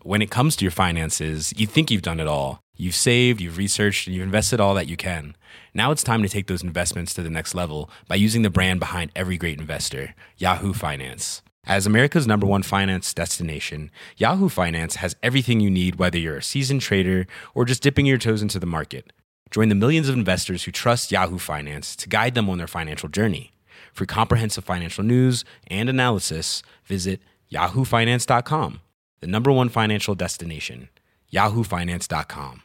when it comes to your finances, you think you've done it all. You've saved, you've researched, and you've invested all that you can. Now it's time to take those investments to the next level by using the brand behind every great investor, Yahoo Finance. As America's #1 finance destination, Yahoo Finance has everything you need, whether you're a seasoned trader or just dipping your toes into the market. Join the millions of investors who trust Yahoo Finance to guide them on their financial journey. For comprehensive financial news and analysis, visit yahoofinance.com, the #1 financial destination, yahoofinance.com.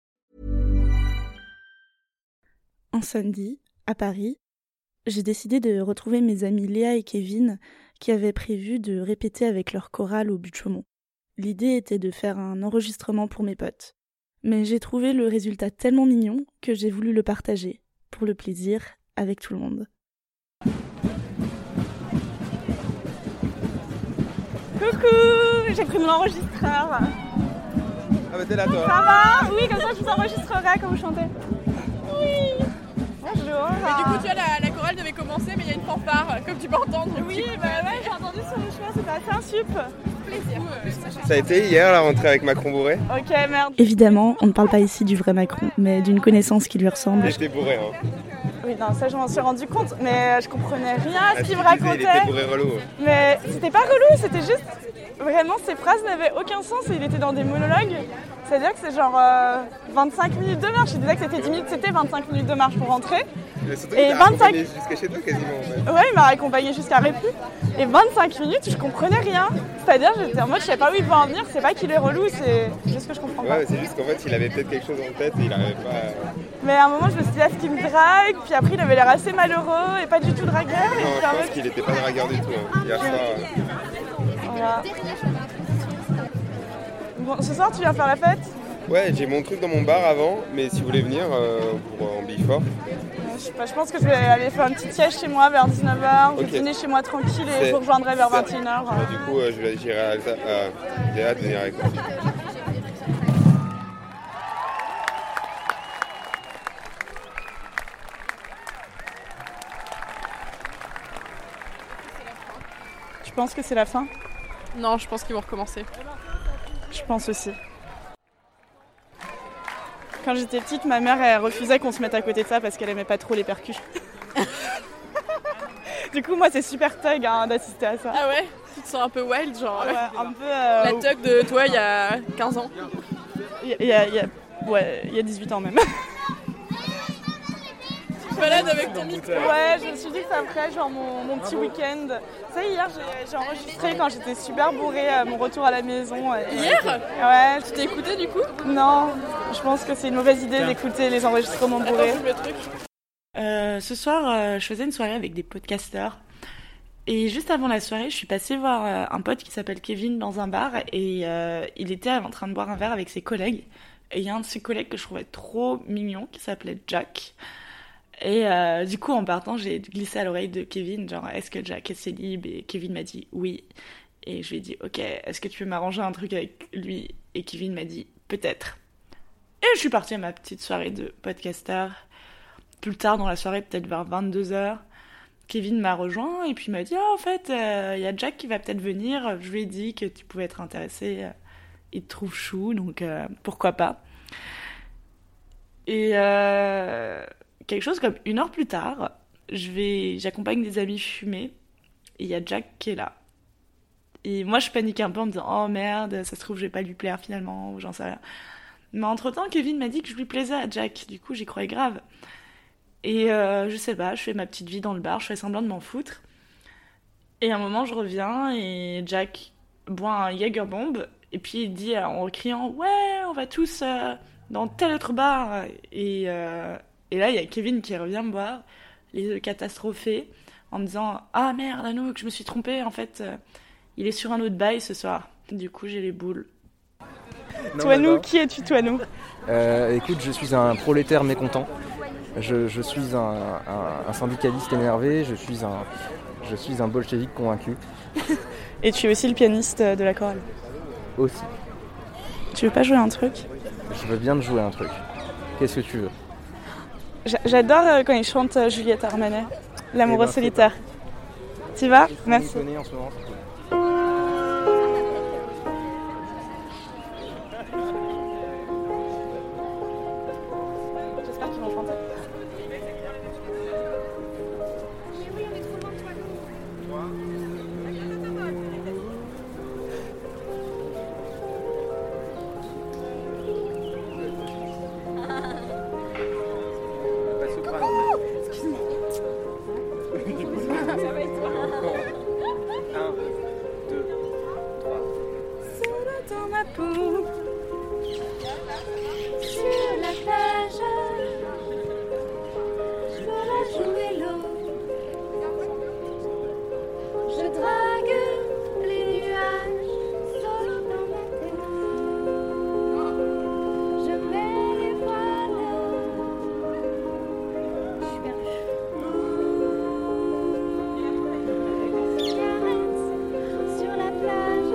Un samedi, à Paris, j'ai décidé de retrouver mes amis Léa et Kevin qui avaient prévu de répéter avec leur chorale au but de Chaumont. L'idée était de faire un enregistrement pour mes potes. Mais j'ai trouvé le résultat tellement mignon que j'ai voulu le partager, pour le plaisir, avec tout le monde. Coucou, j'ai pris mon enregistreur. Ah bah t'es là toi. Ça va? Oui, comme ça je vous enregistrerai quand vous chantez. Oui. Bonjour. Et du coup tu vois la chorale devait commencer mais il y a une fanfare comme tu peux entendre. Oui, bah ouais, j'ai entendu sur le chemin, c'était assez insup. Plaisir. Ça a été hier la rentrée avec Macron bourré? Ok, merde. Évidemment, on ne parle pas ici du vrai Macron, mais d'une connaissance qui lui ressemble. J'étais bourré hein. Oui, non, ça je m'en suis rendu compte, mais je comprenais rien à ce qu'il me Il était racontait. bourré relou. Mais c'était pas relou, c'était juste... Vraiment, ces phrases n'avaient aucun sens et il était dans des monologues. C'est-à-dire que c'est genre 25 minutes de marche. Il disait que c'était 10 minutes, c'était 25 minutes de marche pour rentrer. Mais surtout, Et il t'a 25 accompagné jusqu'à chez toi quasiment en fait. Ouais, il m'a accompagné jusqu'à Répu. Et 25 minutes, je comprenais rien. C'est-à-dire, j'étais en mode, je sais pas où il veut en venir, c'est pas qu'il est relou, c'est juste que je comprends pas. Ouais, c'est juste qu'en fait, il avait peut-être quelque chose en tête et il arrivait pas à... Mais à un moment, je me suis dit, est-ce qu'il me drague? Puis après, il avait l'air assez malheureux et pas du tout dragueur. Et Non, j'étais je en pense mode, qu'il était pas dragueur du tout hein. Hier soir. voilà. Bon, ce soir, tu viens faire la fête? Ouais, j'ai mon truc dans mon bar avant, mais si vous voulez venir pour en Bifort. Je sais pas, je pense que je vais aller faire une petite sieste chez moi vers 19h, je vais Ok. dîner chez moi tranquille et je vous rejoindrai vers 21h. Bah, du coup, j'irai à Alta. J'ai hâte de venir avec moi. Tu penses que c'est la fin? Non, je pense qu'ils vont recommencer. Je pense aussi. Quand j'étais petite, ma mère elle refusait qu'on se mette à côté de ça parce qu'elle aimait pas trop les percus. Du coup, moi, c'est super thug d'assister à ça. Ah ouais? Tu te sens un peu wild, genre Ouais, un peu. la thug de toi il y a 15 ans. Il y a 18 ans même. Tu te balades avec ton micro. Ouais, je me suis dit que ça me ferait genre mon petit week-end. Ça, hier, j'ai enregistré quand j'étais super bourrée mon retour à la maison. Hier? Ouais. Tu t'es écouté du coup? Non, je pense que c'est une mauvaise idée d'écouter les enregistrements bourrés. Attends, je mets le truc. Ce soir, je faisais une soirée avec des podcasteurs. Et juste avant la soirée, je suis passée voir un pote qui s'appelle Kevin dans un bar. Et il était en train de boire un verre avec ses collègues. Et il y a un de ses collègues que je trouvais trop mignon, qui s'appelait Jack. Et du coup, en partant, j'ai glissé à l'oreille de Kevin, genre, est-ce que Jack est célib? Et Kevin m'a dit oui. Et je lui ai dit, ok, est-ce que tu peux m'arranger un truc avec lui? Et Kevin m'a dit, peut-être. Et je suis partie à ma petite soirée de podcasteur. Plus tard dans la soirée, peut-être vers 22h, Kevin m'a rejoint et puis il m'a dit, en fait, y a Jack qui va peut-être venir. Je lui ai dit que tu pouvais être intéressé. Il te trouve chou, donc pourquoi pas. Et quelque chose comme 1 heure plus tard, j'accompagne des amis fumer et il y a Jack qui est là. Et moi, je panique un peu en me disant, oh merde, ça se trouve, je vais pas lui plaire finalement, ou j'en sais rien. Mais entre-temps, Kevin m'a dit que je lui plaisais à Jack. Du coup, j'y croyais grave. Et je sais pas, je fais ma petite vie dans le bar, je fais semblant de m'en foutre. Et à un moment, je reviens et Jack boit un Jägerbomb. Et puis il dit en criant, ouais, on va tous dans tel autre bar. Et là, il y a Kevin qui revient me voir, les yeux catastrophés, en me disant, ah merde, Anouk, je me suis trompée, en fait, il est sur un autre bail ce soir. Du coup, j'ai les boules. Toi-nous, qui es-tu, toi-nous? Écoute, je suis un prolétaire mécontent. Je suis un syndicaliste énervé. Je suis un bolchevique convaincu. Et tu es aussi le pianiste de la chorale. Aussi. Tu veux pas jouer un truc? Je veux bien te jouer un truc. Qu'est-ce que tu veux? J'adore quand il chante Juliette Armanet, L'amoureux ben, solitaire. Tu vas? Tout le monde Merci. connaît en ce moment, c'est cool. J'espère qu'ils vont chanter. Sur la plage, je ferai jouer l'eau. Je drague les nuages solo dans ma tête. Je mets les voiles. Je suis perdue. Caresse sur la plage.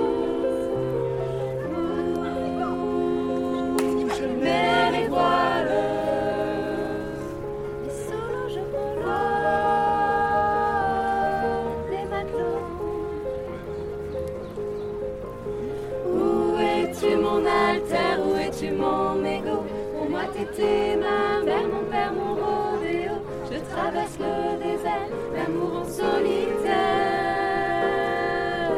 Je mets les voiles. Et solo je prends les matelots. Où es-tu mon alter, où es-tu mon mégot? Pour moi t'étais ma mère, mon père, mon rodéo. Je traverse le désert, l'amour en solitaire.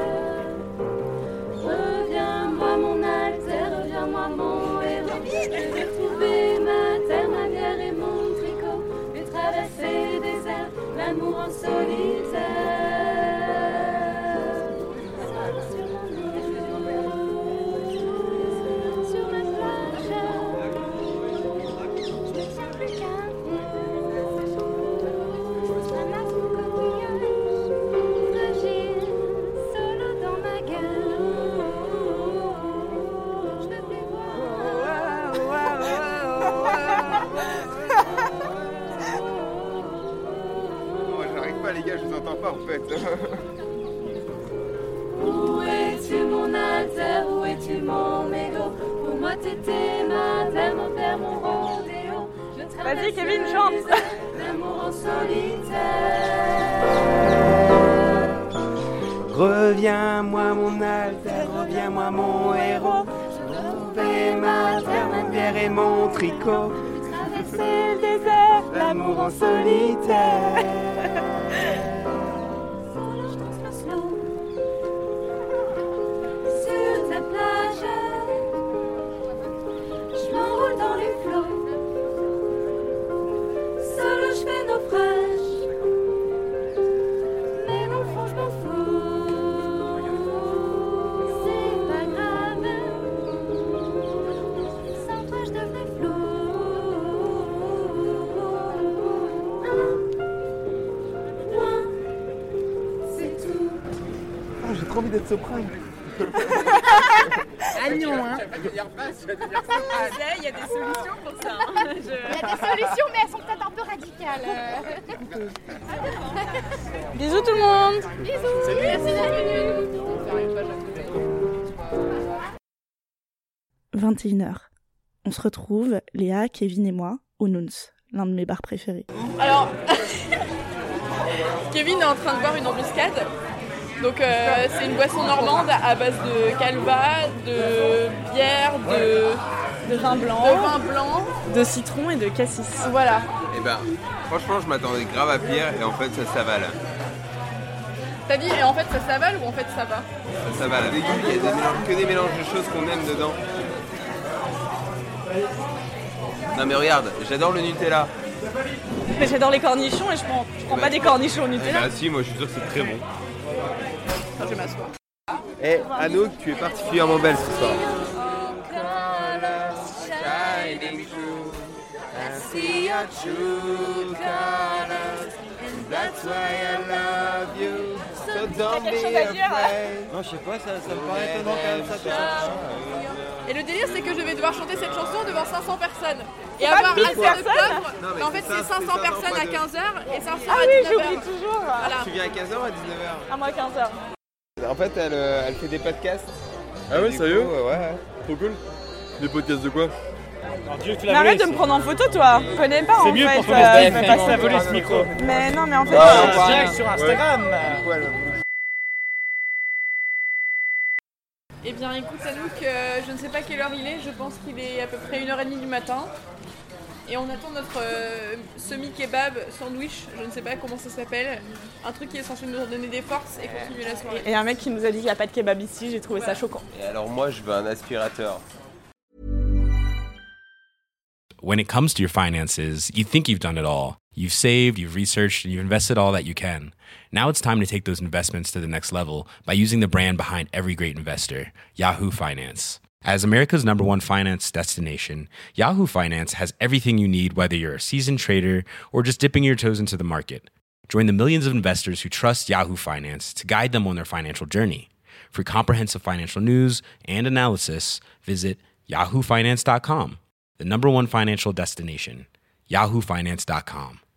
Reviens-moi mon alter, reviens-moi mon héros. Je vais trouver ma terre, ma bière et mon tricot. Je vais traverser le désert, l'amour en solitaire. Sur la plage, je ne tiens plus qu'un un afro coquillage, fragile, solo dans ma gueule. Je veux plus Moi, j'arrive pas, les gars, je vous entends pas en fait. Où es-tu mon alter, où es-tu mon mégot? Pour moi t'étais ma terre, mon père, mon rodéo. Je traverse Vas-y, Kevin, le chante. désert, l'amour en solitaire. Reviens-moi mon alter, reviens-moi mon héros. Je veux trouver ma terre, ma bière et mon tricot. C'est le désert, L'amour en solitaire. Solo, je danse le slow. Sur ta plage, je m'enroule dans les flots. Solo, je fais naufrage. Mais dans le fond, je m'en fous. C'est pas grave. Sans toi, je devenais flou. Loin, c'est tout. J'ai trop envie d'être soprano. Il y a des solutions pour ça. Il y a des solutions, mais elles sont peut-être un peu radicales. Bisous tout le monde. Bisous. Merci d'être venu. 21h. On se retrouve, Léa, Kevin et moi, au Nouns, l'un de mes bars préférés. Alors, Kevin est en train de boire une embuscade. Donc c'est une boisson normande à base de calva, de bière, De vin de blanc, vin blanc. de citron et de cassis. Voilà. Eh ben, franchement, je m'attendais grave à pire et en fait, ça s'avale. T'as dit, et en fait ça s'avale ou en fait ça va? Ça s'avale. Avec lui, il y a que des mélanges de choses qu'on aime dedans. Non mais regarde, j'adore le Nutella. Mais j'adore les cornichons et je prends pas des cornichons au Eh Nutella. ben si, moi je suis sûr que c'est très bon. Je vais m'asseoir. Eh, Anouk, tu es particulièrement belle ce soir. See your true colors, and that's why I love you. So don't be afraid. Non, je sais pas, ça me paraît étonnant quand même ça. Et le délire c'est que je vais devoir chanter cette chanson devant 500 personnes. Et avoir assez de personnes coffres. Non, mais Mais en fait c'est c'est ça, 500 c'est ça, personnes non, à pas 15h et 500 Ah à oui, 19h. j'oublie toujours. Voilà. Tu viens à 15h ou à 19h? À moi 15h. En fait, elle fait des podcasts. Ah ouais, Du sérieux? coup, ouais. Trop cool. Des podcasts de quoi? Mais arrête de me prendre en photo, toi. Je connais pas en fait. C'est mieux pour ton je business, vais mais passer passer à à voler ce micro. Mais non, mais en fait. Direct sur Instagram. Ouais, Et bien écoute Anouk, je ne sais pas quelle heure il est, je pense qu'il est à peu près 1h30 du matin. Et on attend notre semi-kebab sandwich, je ne sais pas comment ça s'appelle. Un truc qui est censé nous donner des forces et continuer la soirée. Et un mec qui nous a dit qu'il n'y a pas de kebab ici, j'ai trouvé ça choquant. Et alors moi, je veux un aspirateur. When it comes to your finances, you think you've done it all. You've saved, you've researched, and you've invested all that you can. Now it's time to take those investments to the next level by using the brand behind every great investor, Yahoo Finance. As America's #1 finance destination, Yahoo Finance has everything you need, whether you're a seasoned trader or just dipping your toes into the market. Join the millions of investors who trust Yahoo Finance to guide them on their financial journey. For comprehensive financial news and analysis, visit yahoofinance.com. The #1 financial destination, yahoofinance.com.